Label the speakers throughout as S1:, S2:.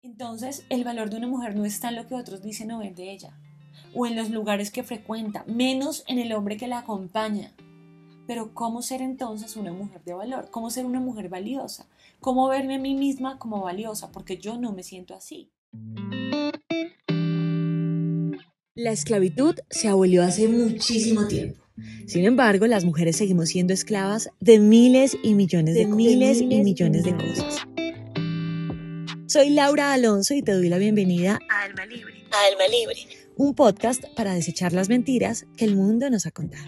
S1: Entonces, el valor de una mujer no está en lo que otros dicen o ven de ella, o en los lugares que frecuenta, menos en el hombre que la acompaña. Pero ¿cómo ser entonces una mujer de valor? ¿Cómo ser una mujer valiosa? ¿Cómo verme a mí misma como valiosa? Porque yo no me siento así.
S2: La esclavitud se abolió hace muchísimo tiempo. Sin embargo, las mujeres seguimos siendo esclavas de miles y millones de cosas. Soy Laura Alonso y te doy la bienvenida a Alma Libre, un podcast para desechar las mentiras que el mundo nos ha contado.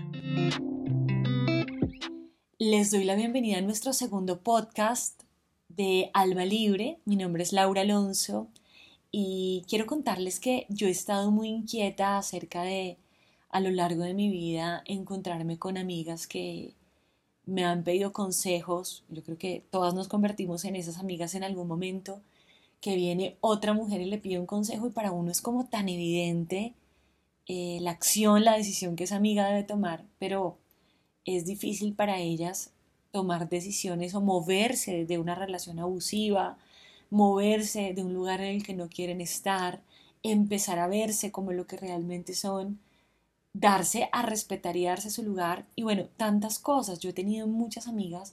S1: Les doy la bienvenida a nuestro segundo podcast de Alma Libre. Mi nombre es Laura Alonso y quiero contarles que yo he estado muy inquieta acerca de, a lo largo de mi vida, encontrarme con amigas que me han pedido consejos. Yo creo que todas nos convertimos en esas amigas en algún momento, que viene otra mujer y le pide un consejo y para uno es como tan evidente la acción, la decisión que esa amiga debe tomar, pero es difícil para ellas tomar decisiones o moverse de una relación abusiva, moverse de un lugar en el que no quieren estar, empezar a verse como lo que realmente son, darse a respetar y darse su lugar y bueno, tantas cosas. Yo he tenido muchas amigas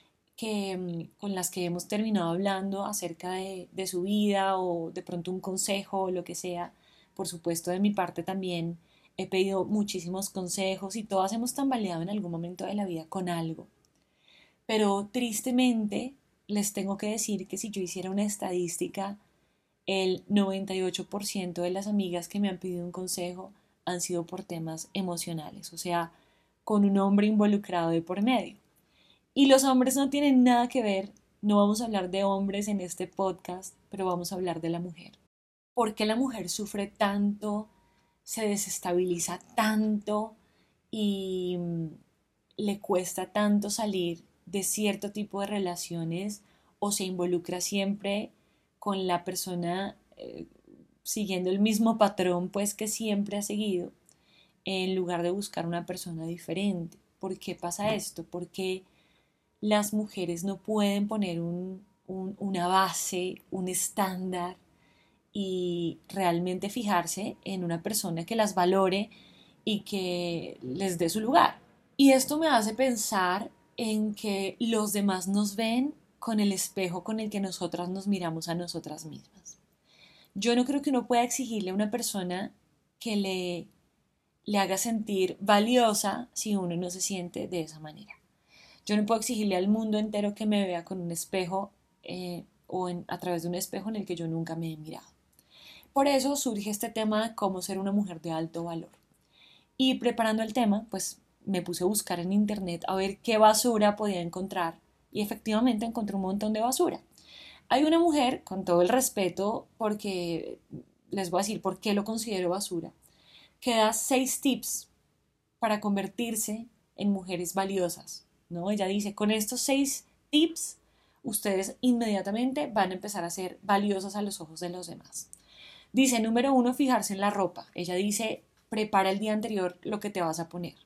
S1: con las que hemos terminado hablando acerca de su vida o de pronto un consejo o lo que sea. Por supuesto, de mi parte también he pedido muchísimos consejos y todas hemos tambaleado en algún momento de la vida con algo. Pero tristemente les tengo que decir que si yo hiciera una estadística, el 98% de las amigas que me han pedido un consejo han sido por temas emocionales, o sea, con un hombre involucrado de por medio. Y los hombres no tienen nada que ver, no vamos a hablar de hombres en este podcast, pero vamos a hablar de la mujer. ¿Por qué la mujer sufre tanto, se desestabiliza tanto y le cuesta tanto salir de cierto tipo de relaciones o se involucra siempre con la persona siguiendo el mismo patrón pues que siempre ha seguido en lugar de buscar una persona diferente? ¿Por qué pasa esto? ¿Por qué las mujeres no pueden poner una base, un estándar y realmente fijarse en una persona que las valore y que les dé su lugar? Y esto me hace pensar en que los demás nos ven con el espejo con el que nosotras nos miramos a nosotras mismas. Yo no creo que uno pueda exigirle a una persona que le haga sentir valiosa si uno no se siente de esa manera. Yo no puedo exigirle al mundo entero que me vea con un espejo a través de un espejo en el que yo nunca me he mirado. Por eso surge este tema de cómo ser una mujer de alto valor. Y preparando el tema, pues me puse a buscar en internet a ver qué basura podía encontrar y efectivamente encontré un montón de basura. Hay una mujer, con todo el respeto, porque les voy a decir por qué lo considero basura, que da 6 tips para convertirse en mujeres valiosas, ¿no? Ella dice, con estos 6 tips, ustedes inmediatamente van a empezar a ser valiosas a los ojos de los demás. Dice, número 1, fijarse en la ropa. Ella dice, prepara el día anterior lo que te vas a poner.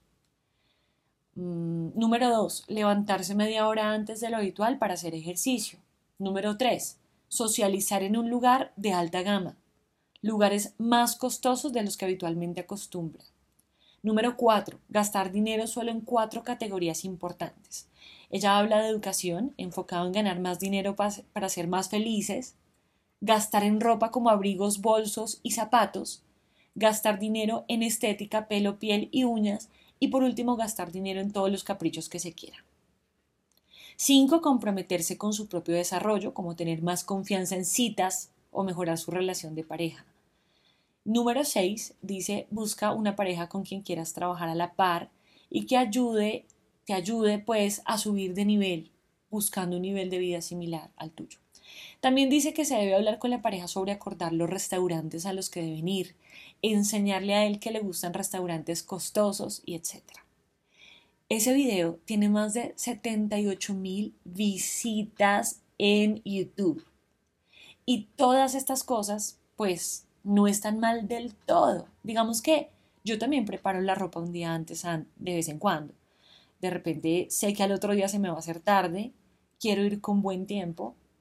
S1: Número 2, levantarse media hora antes de lo habitual para hacer ejercicio. Número 3, socializar en un lugar de alta gama, lugares más costosos de los que habitualmente acostumbra. Número 4, gastar dinero solo en 4 categorías importantes. Ella habla de educación, enfocado en ganar más dinero para ser más felices, gastar en ropa como abrigos, bolsos y zapatos, gastar dinero en estética, pelo, piel y uñas, y por último gastar dinero en todos los caprichos que se quieran. 5, comprometerse con su propio desarrollo, como tener más confianza en citas o mejorar su relación de pareja. Número 6, dice, busca una pareja con quien quieras trabajar a la par y que te ayude pues a subir de nivel, buscando un nivel de vida similar al tuyo. También dice que se debe hablar con la pareja sobre acordar los restaurantes a los que deben ir, enseñarle a él que le gustan restaurantes costosos y etc. Ese video tiene más de 78,000 visitas en YouTube. Y todas estas cosas, pues, no están mal del todo. Digamos que yo también preparo la ropa un día antes de vez en cuando. De repente sé que al otro día se me va a hacer tarde, quiero ir con buen tiempo,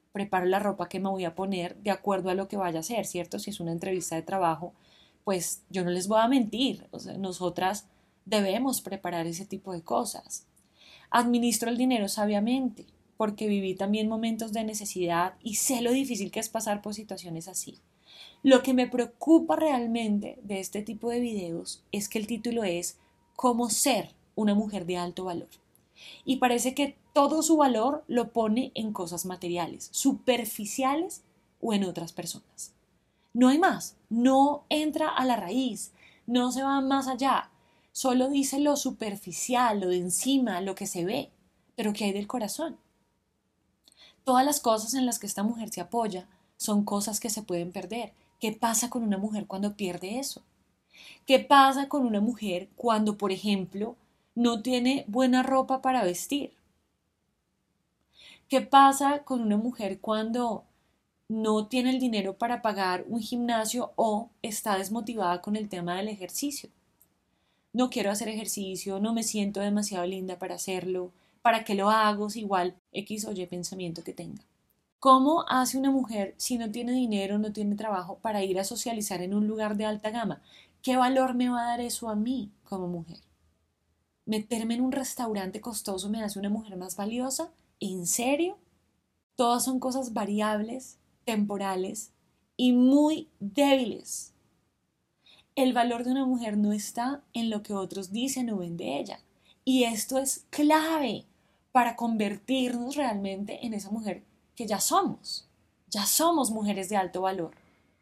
S1: preparo la ropa que me voy a poner de acuerdo a lo que vaya a hacer, ¿cierto? Si es una entrevista de trabajo, pues yo no les voy a mentir, o sea, nosotras debemos preparar ese tipo de cosas. Administro el dinero sabiamente, porque viví también momentos de necesidad y sé lo difícil que es pasar por situaciones así. Lo que me preocupa realmente de este tipo de videos es que el título es "Cómo ser una mujer de alto valor". Y parece que todo su valor lo pone en cosas materiales, superficiales o en otras personas. No hay más, no entra a la raíz, no se va más allá, solo dice lo superficial, lo de encima, lo que se ve, pero ¿qué hay del corazón? Todas las cosas en las que esta mujer se apoya son cosas que se pueden perder. ¿Qué pasa con una mujer cuando pierde eso? ¿Qué pasa con una mujer cuando, por ejemplo, no tiene buena ropa para vestir? ¿Qué pasa con una mujer cuando no tiene el dinero para pagar un gimnasio o está desmotivada con el tema del ejercicio? No quiero hacer ejercicio, no me siento demasiado linda para hacerlo, ¿para qué lo hago si igual X o Y pensamiento que tenga? ¿Cómo hace una mujer si no tiene dinero, no tiene trabajo para ir a socializar en un lugar de alta gama? ¿Qué valor me va a dar eso a mí como mujer? ¿Meterme en un restaurante costoso me hace una mujer más valiosa? ¿En serio? Todas son cosas variables, temporales y muy débiles. El valor de una mujer no está en lo que otros dicen o ven de ella. Y esto es clave para convertirnos realmente en esa mujer que ya somos. Ya somos mujeres de alto valor.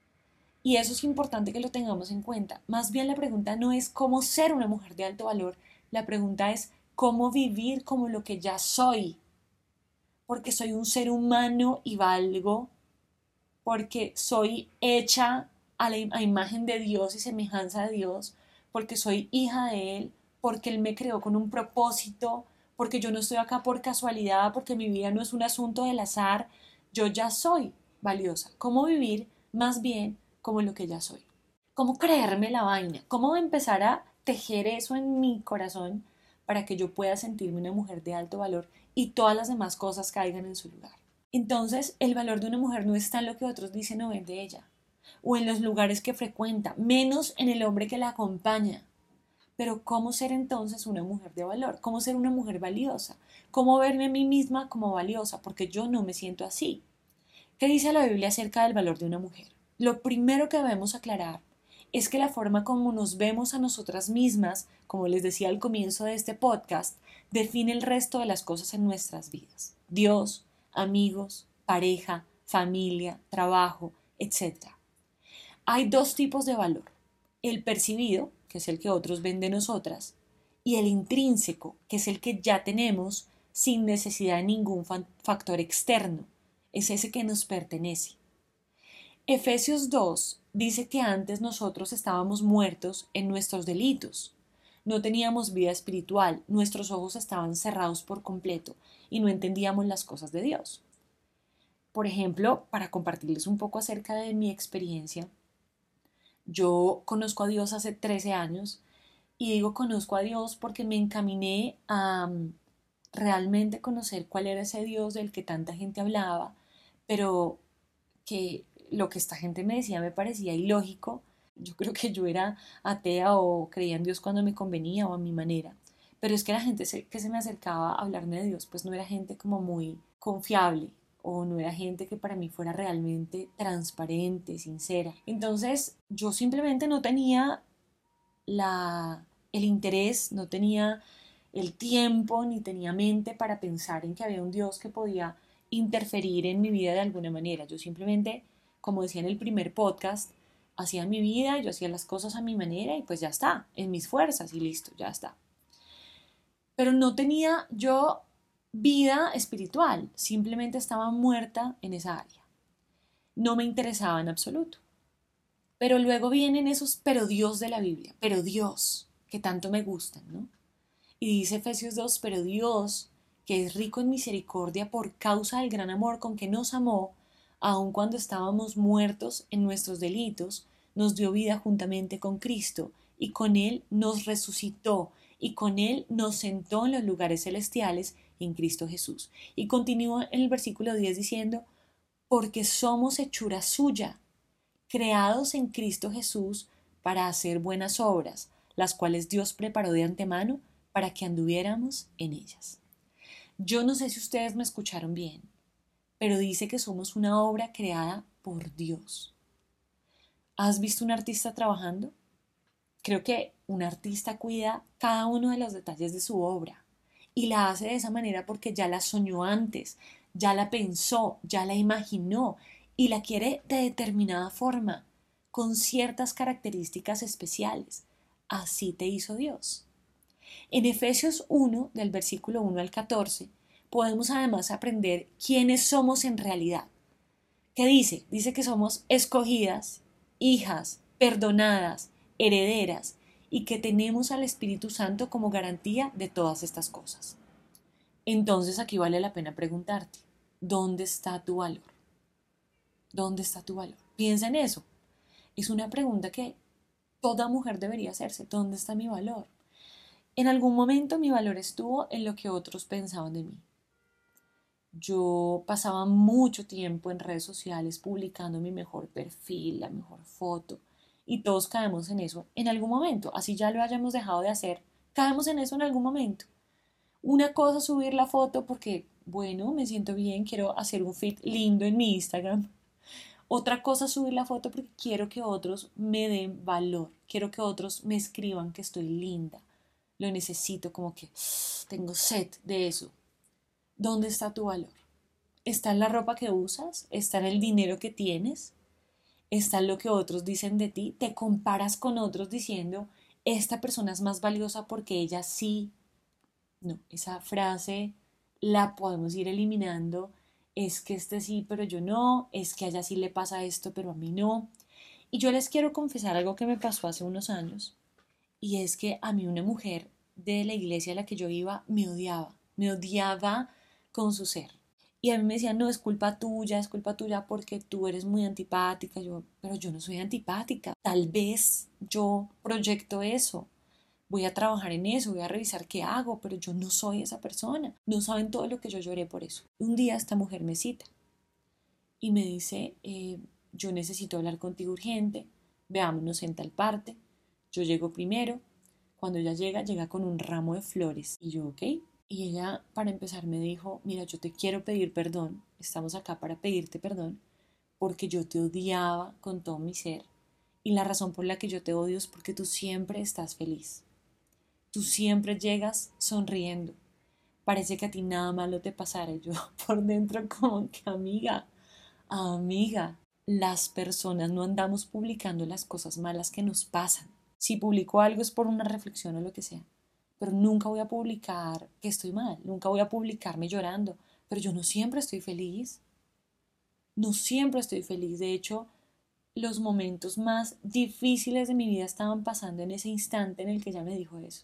S1: Y eso es importante que lo tengamos en cuenta. Más bien la pregunta no es cómo ser una mujer de alto valor, la pregunta es cómo vivir como lo que ya soy. Porque soy un ser humano y valgo, porque soy hecha a imagen de Dios y semejanza de Dios, porque soy hija de Él, porque Él me creó con un propósito, porque yo no estoy acá por casualidad, porque mi vida no es un asunto del azar, yo ya soy valiosa. ¿Cómo vivir más bien como lo que ya soy? ¿Cómo creerme la vaina? ¿Cómo empezar a tejer eso en mi corazón para que yo pueda sentirme una mujer de alto valor y todas las demás cosas caigan en su lugar? Entonces, el valor de una mujer no está en lo que otros dicen o ven de ella, o en los lugares que frecuenta, menos en el hombre que la acompaña. Pero ¿cómo ser entonces una mujer de valor? ¿Cómo ser una mujer valiosa? ¿Cómo verme a mí misma como valiosa? Porque yo no me siento así. ¿Qué dice la Biblia acerca del valor de una mujer? Lo primero que debemos aclarar es que la forma como nos vemos a nosotras mismas, como les decía al comienzo de este podcast, define el resto de las cosas en nuestras vidas. Dios, amigos, pareja, familia, trabajo, etc. Hay dos tipos de valor: el percibido, que es el que otros ven de nosotras, y el intrínseco, que es el que ya tenemos sin necesidad de ningún factor externo, es ese que nos pertenece. Efesios 2 dice que antes nosotros estábamos muertos en nuestros delitos. No teníamos vida espiritual, nuestros ojos estaban cerrados por completo y no entendíamos las cosas de Dios. Por ejemplo, para compartirles un poco acerca de mi experiencia, yo conozco a Dios hace 13 años y digo conozco a Dios porque me encaminé a realmente conocer cuál era ese Dios del que tanta gente hablaba, pero que lo que esta gente me decía me parecía ilógico. Yo creo que yo era atea o creía en Dios cuando me convenía o a mi manera. Pero es que la gente que se me acercaba a hablarme de Dios, pues no era gente como muy confiable o no era gente que para mí fuera realmente transparente, sincera. Entonces yo simplemente no tenía el interés, no tenía el tiempo ni tenía mente para pensar en que había un Dios que podía interferir en mi vida de alguna manera. Yo simplemente, como decía en el primer podcast, hacía mi vida, yo hacía las cosas a mi manera y pues ya está, en mis fuerzas y listo, ya está. Pero no tenía yo vida espiritual, simplemente estaba muerta en esa área. No me interesaba en absoluto. Pero luego vienen esos pero Dios de la Biblia, pero Dios, que tanto me gustan, ¿no? Y dice Efesios 2, pero Dios, que es rico en misericordia por causa del gran amor con que nos amó, aun cuando estábamos muertos en nuestros delitos, nos dio vida juntamente con Cristo, y con Él nos resucitó, y con Él nos sentó en los lugares celestiales en Cristo Jesús. Y continúa en el versículo 10 diciendo, porque somos hechura suya, creados en Cristo Jesús para hacer buenas obras, las cuales Dios preparó de antemano para que anduviéramos en ellas. Yo no sé si ustedes me escucharon bien, pero dice que somos una obra creada por Dios. ¿Has visto un artista trabajando? Creo que un artista cuida cada uno de los detalles de su obra y la hace de esa manera porque ya la soñó antes, ya la pensó, ya la imaginó y la quiere de determinada forma, con ciertas características especiales. Así te hizo Dios. En Efesios 1, del versículo 1 al 14, podemos además aprender quiénes somos en realidad. ¿Qué dice? Dice que somos escogidas, hijas, perdonadas, herederas y que tenemos al Espíritu Santo como garantía de todas estas cosas. Entonces aquí vale la pena preguntarte, ¿dónde está tu valor? ¿Dónde está tu valor? Piensa en eso. Es una pregunta que toda mujer debería hacerse. ¿Dónde está mi valor? En algún momento mi valor estuvo en lo que otros pensaban de mí. Yo pasaba mucho tiempo en redes sociales publicando mi mejor perfil, la mejor foto, y todos caemos en eso en algún momento. Así ya lo hayamos dejado de hacer, caemos en eso en algún momento. Una cosa es subir la foto porque, bueno, me siento bien, quiero hacer un feed lindo en mi Instagram. Otra cosa es subir la foto porque quiero que otros me den valor, quiero que otros me escriban que estoy linda. Lo necesito, como que tengo sed de eso. ¿Dónde está tu valor? ¿Está en la ropa que usas? ¿Está en el dinero que tienes? ¿Está en lo que otros dicen de ti? ¿Te comparas con otros diciendo, esta persona es más valiosa porque ella sí? No, esa frase la podemos ir eliminando. Es que este sí, pero yo no. Es que a ella sí le pasa esto, pero a mí no. Y yo les quiero confesar algo que me pasó hace unos años. Y es que a mí una mujer de la iglesia a la que yo iba me odiaba con su ser. Y a mí me decían, no, es culpa tuya porque tú eres muy antipática. Yo, pero yo no soy antipática. Tal vez yo proyecto eso. Voy a trabajar en eso, voy a revisar qué hago, pero yo no soy esa persona. No saben todo lo que yo lloré por eso. Un día esta mujer me cita y me dice, yo necesito hablar contigo urgente, veámonos en tal parte. Yo llego primero, cuando ella llega, llega con un ramo de flores. Y yo, ok. Y ella, para empezar, me dijo, mira, yo te quiero pedir perdón, estamos acá para pedirte perdón, porque yo te odiaba con todo mi ser. Y la razón por la que yo te odio es porque tú siempre estás feliz. Tú siempre llegas sonriendo. Parece que a ti nada malo te pasara. Y yo por dentro como que amiga, las personas no andamos publicando las cosas malas que nos pasan. Si publico algo es por una reflexión o lo que sea. Pero nunca voy a publicar que estoy mal, nunca voy a publicarme llorando. Pero yo no siempre estoy feliz. No siempre estoy feliz. De hecho, los momentos más difíciles de mi vida estaban pasando en ese instante en el que ella me dijo eso.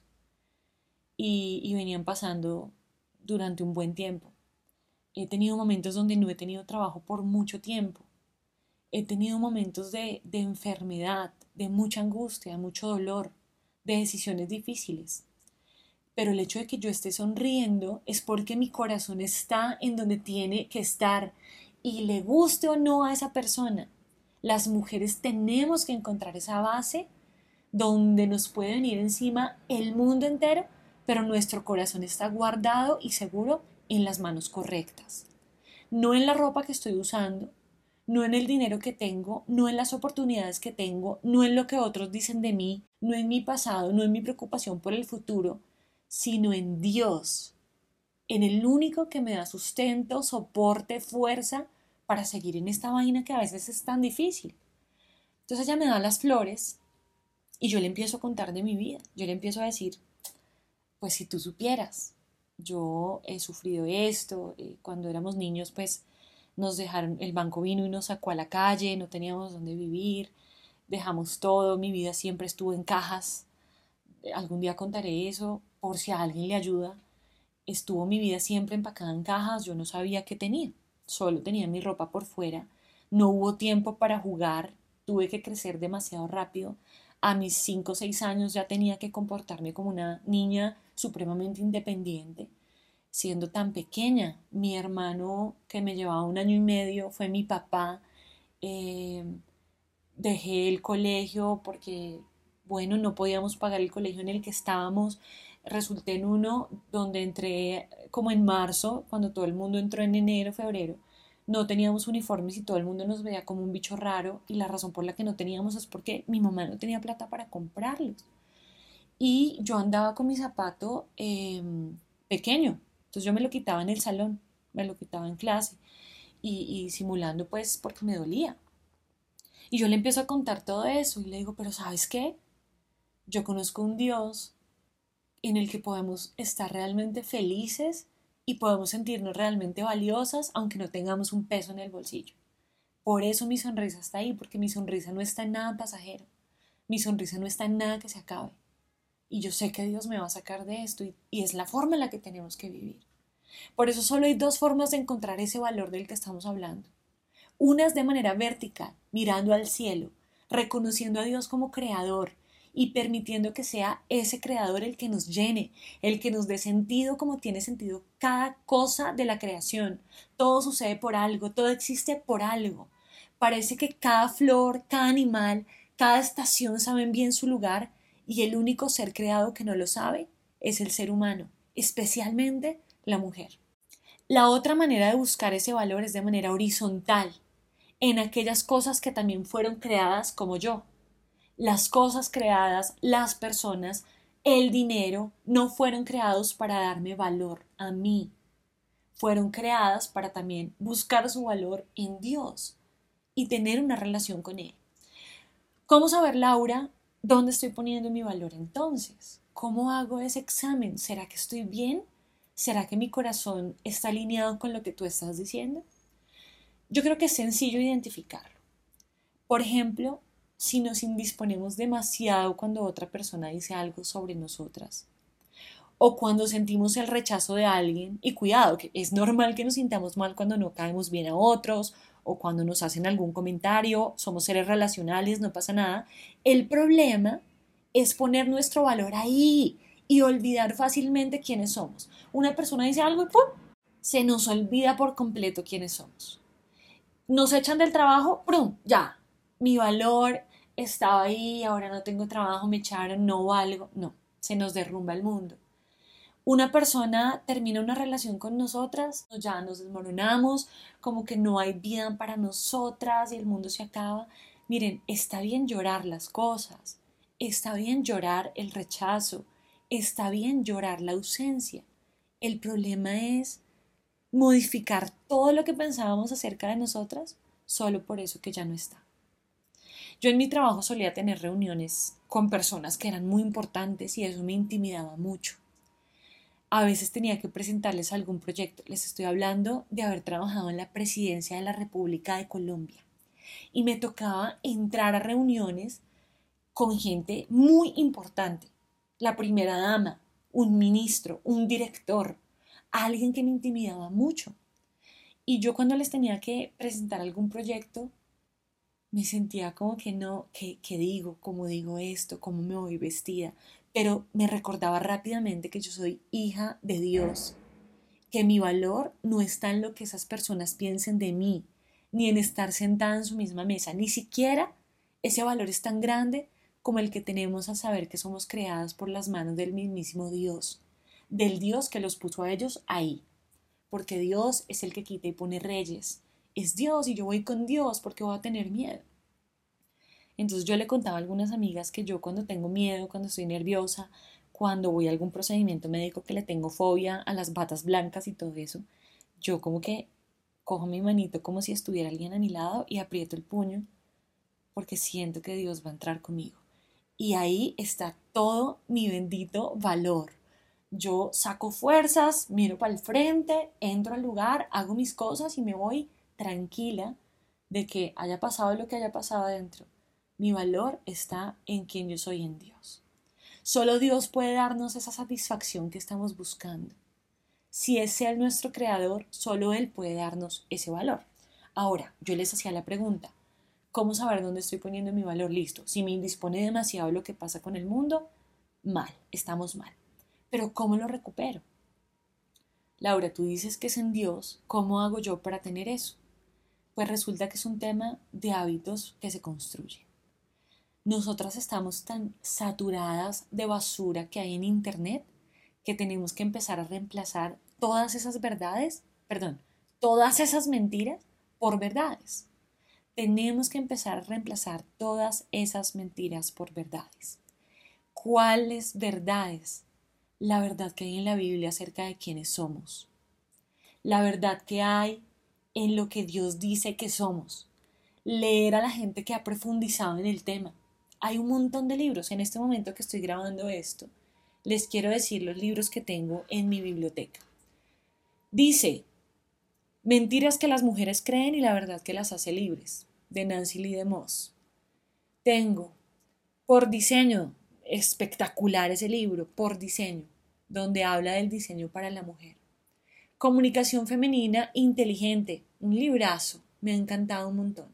S1: Y venían pasando durante un buen tiempo. He tenido momentos donde no he tenido trabajo por mucho tiempo. He tenido momentos de enfermedad, de mucha angustia, de mucho dolor, de decisiones difíciles. Pero el hecho de que yo esté sonriendo es porque mi corazón está en donde tiene que estar y le guste o no a esa persona. Las mujeres tenemos que encontrar esa base donde nos puede venir encima el mundo entero, pero nuestro corazón está guardado y seguro en las manos correctas. No en la ropa que estoy usando, no en el dinero que tengo, no en las oportunidades que tengo, no en lo que otros dicen de mí, no en mi pasado, no en mi preocupación por el futuro, sino en Dios, en el único que me da sustento, soporte, fuerza para seguir en esta vaina que a veces es tan difícil. Entonces ella me da las flores y yo le empiezo a contar de mi vida. Yo le empiezo a decir, pues si tú supieras, yo he sufrido esto, cuando éramos niños pues nos dejaron, el banco vino y nos sacó a la calle, no teníamos dónde vivir, dejamos todo, mi vida siempre estuvo en cajas, algún día contaré eso por si a alguien le ayuda, estuvo mi vida siempre empacada en cajas, yo no sabía qué tenía, solo tenía mi ropa por fuera, no hubo tiempo para jugar, tuve que crecer demasiado rápido, a mis 5 o 6 años ya tenía que comportarme como una niña supremamente independiente. siendo tan pequeña. Mi hermano, que me llevaba 1 año y medio, fue mi papá. Eh, Dejé el colegio porque, bueno, no podíamos pagar el colegio en el que estábamos. Resulté en uno donde entré como en marzo, cuando todo el mundo entró en enero, febrero. No teníamos uniformes y todo el mundo nos veía como un bicho raro, y la razón por la que no teníamos es porque mi mamá no tenía plata para comprarlos. Y yo andaba con mi zapato pequeño, entonces yo me lo quitaba en el salón, me lo quitaba en clase y simulando pues porque me dolía. Y yo le empiezo a contar todo eso y le digo, pero ¿sabes qué? Yo conozco un Dios en el que podemos estar realmente felices y podemos sentirnos realmente valiosas aunque no tengamos un peso en el bolsillo. Por eso mi sonrisa está ahí, porque mi sonrisa no está en nada pasajero. Mi sonrisa no está en nada que se acabe. Y yo sé que Dios me va a sacar de esto y es la forma en la que tenemos que vivir. Por eso solo hay dos formas de encontrar ese valor del que estamos hablando. Una es de manera vertical, mirando al cielo, reconociendo a Dios como creador y permitiendo que sea ese creador el que nos llene, el que nos dé sentido como tiene sentido cada cosa de la creación. Todo sucede por algo, todo existe por algo. Parece que cada flor, cada animal, cada estación saben bien su lugar, y el único ser creado que no lo sabe es el ser humano, especialmente la mujer. La otra manera de buscar ese valor es de manera horizontal, en aquellas cosas que también fueron creadas como yo. Las cosas creadas, las personas, el dinero, no fueron creados para darme valor a mí. Fueron creadas para también buscar su valor en Dios y tener una relación con Él. ¿Cómo saber, Laura, dónde estoy poniendo mi valor entonces? ¿Cómo hago ese examen? ¿Será que estoy bien? ¿Será que mi corazón está alineado con lo que tú estás diciendo? Yo creo que es sencillo identificarlo. Por ejemplo, si nos indisponemos demasiado cuando otra persona dice algo sobre nosotras, o cuando sentimos el rechazo de alguien, y cuidado, que es normal que nos sintamos mal cuando no caemos bien a otros, o cuando nos hacen algún comentario, somos seres relacionales, no pasa nada. El problema es poner nuestro valor ahí y olvidar fácilmente quiénes somos. Una persona dice algo y ¡pum! Se nos olvida por completo quiénes somos. Nos echan del trabajo, ¡prum! Ya, mi valor estaba ahí, ahora no tengo trabajo, me echaron, no valgo. No, se nos derrumba el mundo. Una persona termina una relación con nosotras, ya nos desmoronamos, como que no hay vida para nosotras y el mundo se acaba. Miren, está bien llorar las cosas, está bien llorar el rechazo, está bien llorar la ausencia. El problema es modificar todo lo que pensábamos acerca de nosotras solo por eso que ya no está. Yo en mi trabajo solía tener reuniones con personas que eran muy importantes y eso me intimidaba mucho. A veces tenía que presentarles algún proyecto. Les estoy hablando de haber trabajado en la presidencia de la República de Colombia. Y me tocaba entrar a reuniones con gente muy importante. La primera dama, un ministro, un director, alguien que me intimidaba mucho. Y yo cuando les tenía que presentar algún proyecto, me sentía como que no, ¿qué digo? ¿Cómo digo esto? ¿Cómo me voy vestida? Pero me recordaba rápidamente que yo soy hija de Dios, que mi valor no está en lo que esas personas piensen de mí, ni en estar sentada en su misma mesa, ni siquiera ese valor es tan grande como el que tenemos a saber que somos creadas por las manos del mismísimo Dios, del Dios que los puso a ellos ahí, porque Dios es el que quita y pone reyes, es Dios y yo voy con Dios porque voy a tener miedo. Entonces yo le contaba a algunas amigas que yo cuando tengo miedo, cuando estoy nerviosa, cuando voy a algún procedimiento médico que le tengo fobia a las batas blancas y todo eso, yo como que cojo mi manito como si estuviera alguien a mi lado y aprieto el puño porque siento que Dios va a entrar conmigo. Y ahí está todo mi bendito valor. Yo saco fuerzas, miro para el frente, entro al lugar, hago mis cosas y me voy tranquila de que haya pasado lo que haya pasado adentro. Mi valor está en quien yo soy en Dios. Solo Dios puede darnos esa satisfacción que estamos buscando. Si es Él nuestro creador, solo Él puede darnos ese valor. Ahora, yo les hacía la pregunta, ¿cómo saber dónde estoy poniendo mi valor? Listo. Si me indispone demasiado lo que pasa con el mundo, mal, estamos mal. Pero ¿cómo lo recupero? Laura, tú dices que es en Dios, ¿cómo hago yo para tener eso? Pues resulta que es un tema de hábitos que se construyen. Nosotras estamos tan saturadas de basura que hay en Internet que tenemos que empezar a reemplazar todas esas verdades, perdón, todas esas mentiras por verdades. Tenemos que empezar a reemplazar todas esas mentiras por verdades. ¿Cuáles verdades? La verdad que hay en la Biblia acerca de quiénes somos. La verdad que hay en lo que Dios dice que somos. Leer a la gente que ha profundizado en el tema. Hay un montón de libros. En este momento que estoy grabando esto, les quiero decir los libros que tengo en mi biblioteca. Dice, Mentiras que las mujeres creen y la verdad que las hace libres, de Nancy Lee DeMoss. Tengo, Por diseño, espectacular ese libro, Por diseño, donde habla del diseño para la mujer. Comunicación femenina inteligente, un librazo, me ha encantado un montón.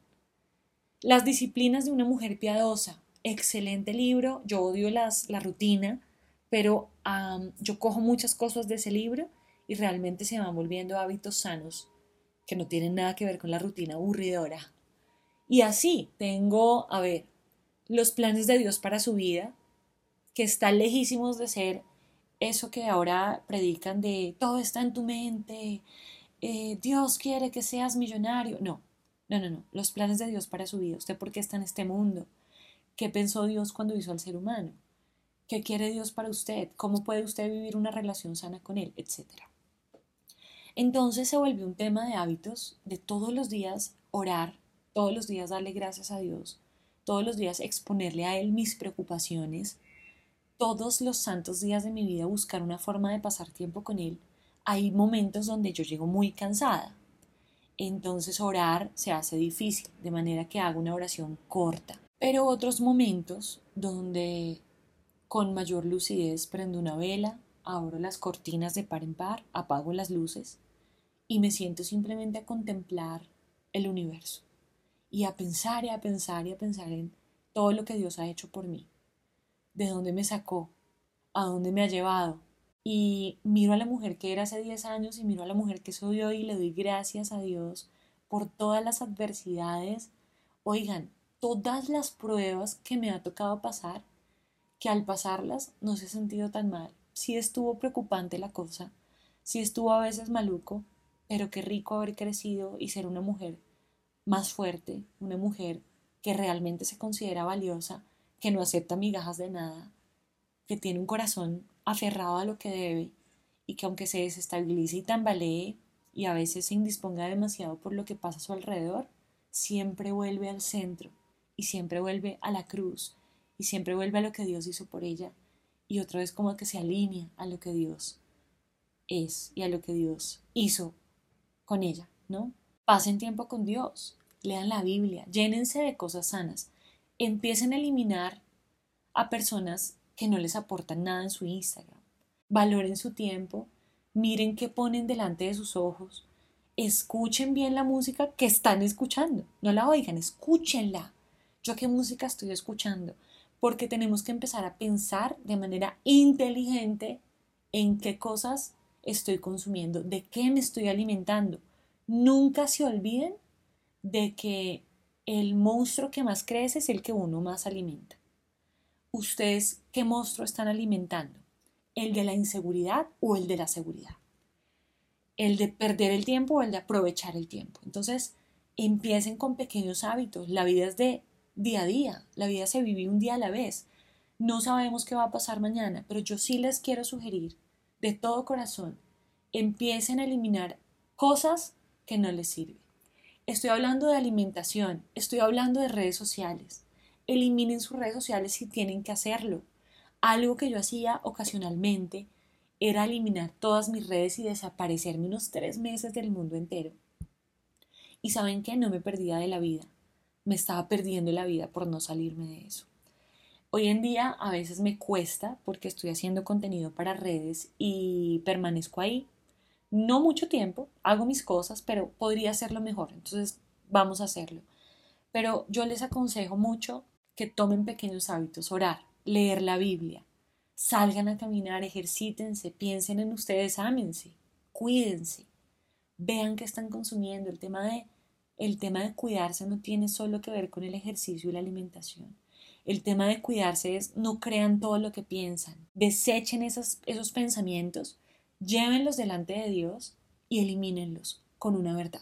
S1: Las disciplinas de una mujer piadosa, excelente libro, yo odio la rutina, pero yo cojo muchas cosas de ese libro y realmente se van volviendo hábitos sanos que no tienen nada que ver con la rutina aburridora. Y así tengo, los planes de Dios para su vida, que están lejísimos de ser eso que ahora predican de todo está en tu mente, Dios quiere que seas millonario. No, no, no, no. Los planes de Dios para su vida. ¿Usted por qué está en este mundo? ¿Qué pensó Dios cuando hizo al ser humano? ¿Qué quiere Dios para usted? ¿Cómo puede usted vivir una relación sana con Él? Etcétera. Entonces se volvió un tema de hábitos, de todos los días orar, todos los días darle gracias a Dios, todos los días exponerle a Él mis preocupaciones, todos los santos días de mi vida buscar una forma de pasar tiempo con Él. Hay momentos donde yo llego muy cansada, entonces orar se hace difícil, de manera que hago una oración corta. Pero otros momentos donde con mayor lucidez prendo una vela, abro las cortinas de par en par, apago las luces y me siento simplemente a contemplar el universo y a pensar y a pensar y a pensar en todo lo que Dios ha hecho por mí, de dónde me sacó, a dónde me ha llevado. Y miro a la mujer que era hace 10 años y miro a la mujer que soy hoy y le doy gracias a Dios por todas las adversidades. Oigan, todas las pruebas que me ha tocado pasar, que al pasarlas no se he sentido tan mal. Sí estuvo preocupante la cosa, sí estuvo a veces maluco, pero qué rico haber crecido y ser una mujer más fuerte, una mujer que realmente se considera valiosa, que no acepta migajas de nada, que tiene un corazón aferrado a lo que debe y que aunque se desestabilice y tambalee y a veces se indisponga demasiado por lo que pasa a su alrededor, siempre vuelve al centro y siempre vuelve a la cruz y siempre vuelve a lo que Dios hizo por ella y otra vez como que se alinea a lo que Dios es y a lo que Dios hizo con ella, ¿no? Pasen tiempo con Dios, lean la Biblia, llénense de cosas sanas, empiecen a eliminar a personas que no les aportan nada en su Instagram. Valoren su tiempo, miren qué ponen delante de sus ojos, escuchen bien la música que están escuchando, no la oigan, escúchenla. ¿Yo qué música estoy escuchando? Porque tenemos que empezar a pensar de manera inteligente en qué cosas estoy consumiendo, de qué me estoy alimentando. Nunca se olviden de que el monstruo que más crece es el que uno más alimenta. ¿Ustedes qué monstruo están alimentando? ¿El de la inseguridad o el de la seguridad? ¿El de perder el tiempo o el de aprovechar el tiempo? Entonces, empiecen con pequeños hábitos. La vida es de día a día. La vida se vive un día a la vez. No sabemos qué va a pasar mañana, pero yo sí les quiero sugerir de todo corazón, empiecen a eliminar cosas que no les sirven. Estoy hablando de alimentación, estoy hablando de redes sociales. Eliminen sus redes sociales si tienen que hacerlo. Algo que yo hacía ocasionalmente era eliminar todas mis redes y desaparecerme unos 3 meses del mundo entero. Y ¿saben qué? No me perdía de la vida. Me estaba perdiendo la vida por no salirme de eso. Hoy en día a veces me cuesta porque estoy haciendo contenido para redes y permanezco ahí. No mucho tiempo, hago mis cosas, pero podría hacerlo mejor. Entonces vamos a hacerlo. Pero yo les aconsejo mucho que tomen pequeños hábitos, orar, leer la Biblia, salgan a caminar, ejercítense, piensen en ustedes, ámense, cuídense, vean qué están consumiendo. El tema de cuidarse no tiene solo que ver con el ejercicio y la alimentación. El tema de cuidarse es no crean todo lo que piensan, desechen esos pensamientos, llévenlos delante de Dios y elimínenlos con una verdad.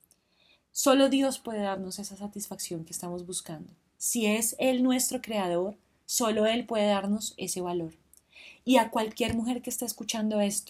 S1: Solo Dios puede darnos esa satisfacción que estamos buscando. Si es Él nuestro creador, solo Él puede darnos ese valor. Y a cualquier mujer que esté escuchando esto,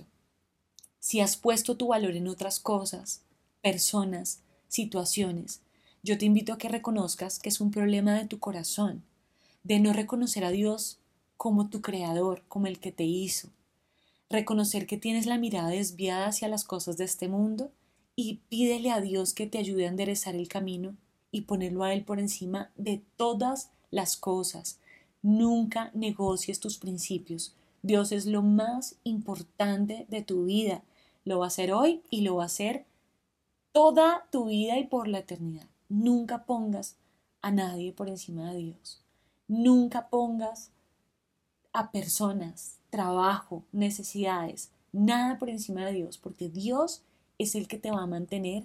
S1: si has puesto tu valor en otras cosas, personas, situaciones, yo te invito a que reconozcas que es un problema de tu corazón, de no reconocer a Dios como tu creador, como el que te hizo. Reconocer que tienes la mirada desviada hacia las cosas de este mundo y pídele a Dios que te ayude a enderezar el camino y ponerlo a Él por encima de todas las cosas. Nunca negocies tus principios. Dios es lo más importante de tu vida. Lo va a hacer hoy y lo va a hacer toda tu vida y por la eternidad. Nunca pongas a nadie por encima de Dios. Nunca pongas a personas, trabajo, necesidades, nada por encima de Dios, porque Dios es el que te va a mantener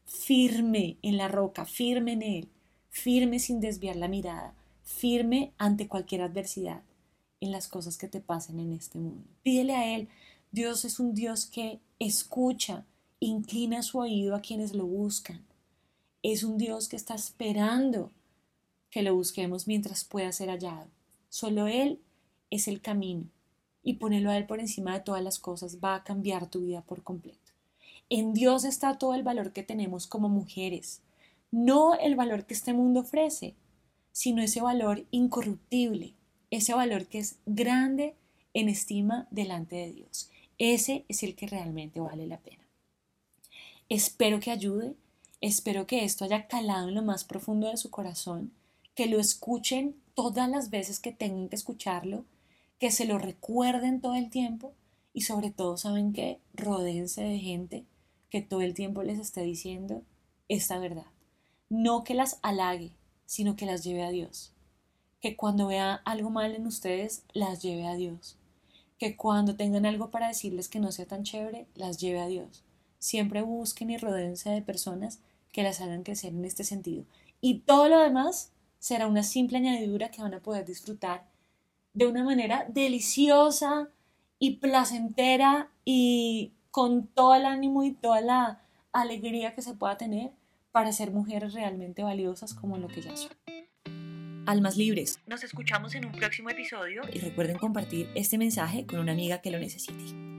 S1: firme en la roca, firme en Él, firme sin desviar la mirada, firme ante cualquier adversidad en las cosas que te pasen en este mundo. Pídele a Él. Dios es un Dios que escucha, inclina su oído a quienes lo buscan. Es un Dios que está esperando que lo busquemos mientras pueda ser hallado. Solo Él es el camino y ponerlo a Él por encima de todas las cosas va a cambiar tu vida por completo. En Dios está todo el valor que tenemos como mujeres, no el valor que este mundo ofrece, sino ese valor incorruptible, ese valor que es grande en estima delante de Dios. Ese es el que realmente vale la pena. Espero que ayude, espero que esto haya calado en lo más profundo de su corazón, que lo escuchen todas las veces que tengan que escucharlo, que se lo recuerden todo el tiempo y sobre todo, ¿saben qué? Rodéense de gente que todo el tiempo les esté diciendo esta verdad. No que las halague, sino que las lleve a Dios. Que cuando vea algo mal en ustedes, las lleve a Dios. Que cuando tengan algo para decirles que no sea tan chévere, las lleve a Dios. Siempre busquen y rodéense de personas que las hagan crecer en este sentido. Y todo lo demás será una simple añadidura que van a poder disfrutar de una manera deliciosa y placentera y con todo el ánimo y toda la alegría que se pueda tener para ser mujeres realmente valiosas como lo que ya son.
S2: Almas libres, nos escuchamos en un próximo episodio y recuerden compartir este mensaje con una amiga que lo necesite.